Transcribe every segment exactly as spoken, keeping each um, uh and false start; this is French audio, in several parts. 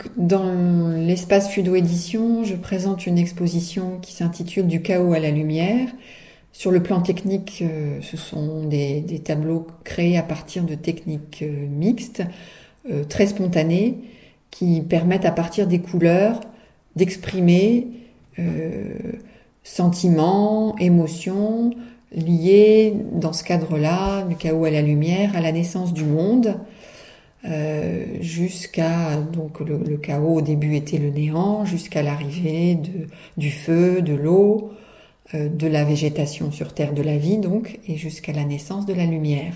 Dans l'espace Fudo Édition, je présente une exposition qui s'intitule Du chaos à la lumière. Sur le plan technique, euh, ce sont des, des tableaux créés à partir de techniques euh, mixtes, euh, très spontanées, qui permettent à partir des couleurs d'exprimer euh, sentiments, émotions liés, dans ce cadre-là, du chaos à la lumière, à la naissance du monde. Euh, jusqu'à donc le, le chaos au début était le néant, jusqu'à l'arrivée de, du feu, de l'eau, euh, de la végétation sur terre, de la vie donc, et jusqu'à la naissance de la lumière.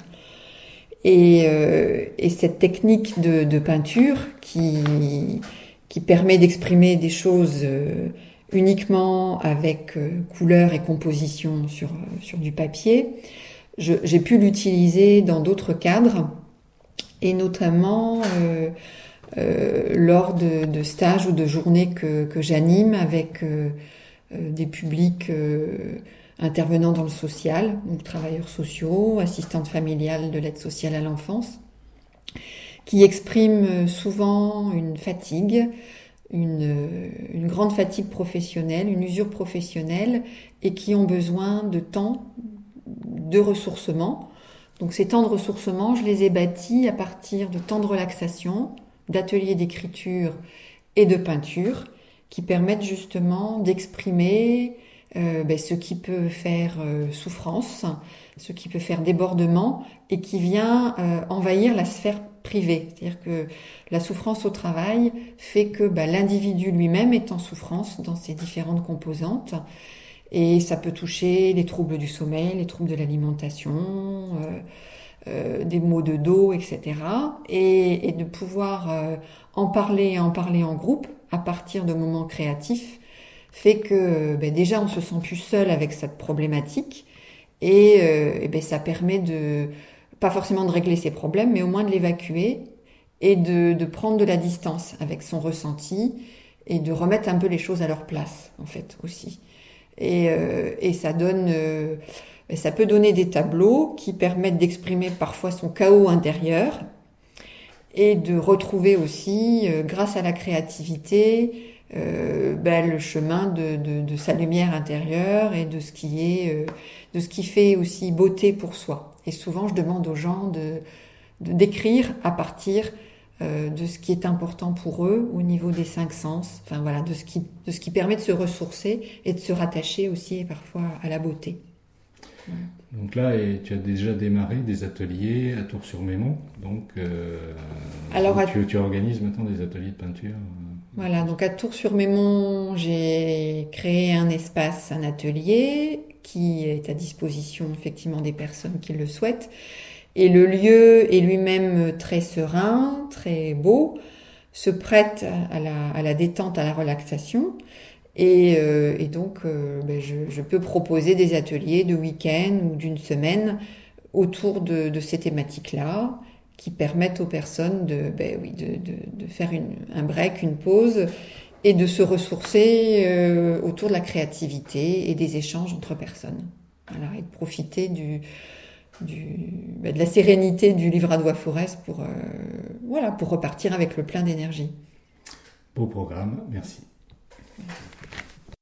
Et, euh, et cette technique de, de peinture qui, qui permet d'exprimer des choses euh, uniquement avec euh, couleur et composition sur, sur du papier, je, j'ai pu l'utiliser dans d'autres cadres, et notamment euh, euh, lors de, de stages ou de journées que, que j'anime avec euh, euh, des publics euh, intervenant dans le social, donc travailleurs sociaux, assistantes familiales de l'aide sociale à l'enfance, qui expriment souvent une fatigue, une, une grande fatigue professionnelle, une usure professionnelle, et qui ont besoin de temps de ressourcement. Donc ces temps de ressourcement, je les ai bâtis à partir de temps de relaxation, d'ateliers d'écriture et de peinture qui permettent justement d'exprimer euh, ben, ce qui peut faire euh, souffrance, ce qui peut faire débordement et qui vient euh, envahir la sphère privée. C'est-à-dire que la souffrance au travail fait que ben, l'individu lui-même est en souffrance dans ses différentes composantes. Et ça peut toucher les troubles du sommeil, les troubles de l'alimentation, euh, euh, des maux de dos, et cetera. Et, et de pouvoir euh, en parler et en parler en groupe à partir de moments créatifs fait que ben, déjà on se sent plus seul avec cette problématique et, euh, et ben, ça permet de, pas forcément de régler ses problèmes, mais au moins de l'évacuer et de, de prendre de la distance avec son ressenti et de remettre un peu les choses à leur place en fait aussi. Et, euh, et ça donne, euh, ça peut donner des tableaux qui permettent d'exprimer parfois son chaos intérieur et de retrouver aussi, euh, grâce à la créativité, euh, ben, le chemin de, de, de sa lumière intérieure et de ce qui est, euh, de ce qui fait aussi beauté pour soi. Et souvent, je demande aux gens de, de d'écrire à partir Euh, de ce qui est important pour eux au niveau des cinq sens, enfin voilà, de ce qui, de ce qui permet de se ressourcer et de se rattacher aussi parfois à la beauté. Voilà. Donc là, et tu as déjà démarré des ateliers à Tours-sur-Mémont, donc, euh, Alors, donc tu, tu organises maintenant des ateliers de peinture. Voilà, donc à Tours-sur-Mémont, j'ai créé un espace, un atelier qui est à disposition effectivement des personnes qui le souhaitent. Et le lieu est lui-même très serein, très beau, se prête à la, à la détente, à la relaxation. Et, euh, et donc, euh, ben je, je peux proposer des ateliers de week-end ou d'une semaine autour de, de ces thématiques-là, qui permettent aux personnes de, ben oui, de, de, de faire une, un break, une pause, et de se ressourcer euh, autour de la créativité et des échanges entre personnes. Voilà, et de profiter du... Du, bah de la sérénité du Livradois Forest pour, euh, voilà, pour repartir avec le plein d'énergie. Beau programme, merci. Merci.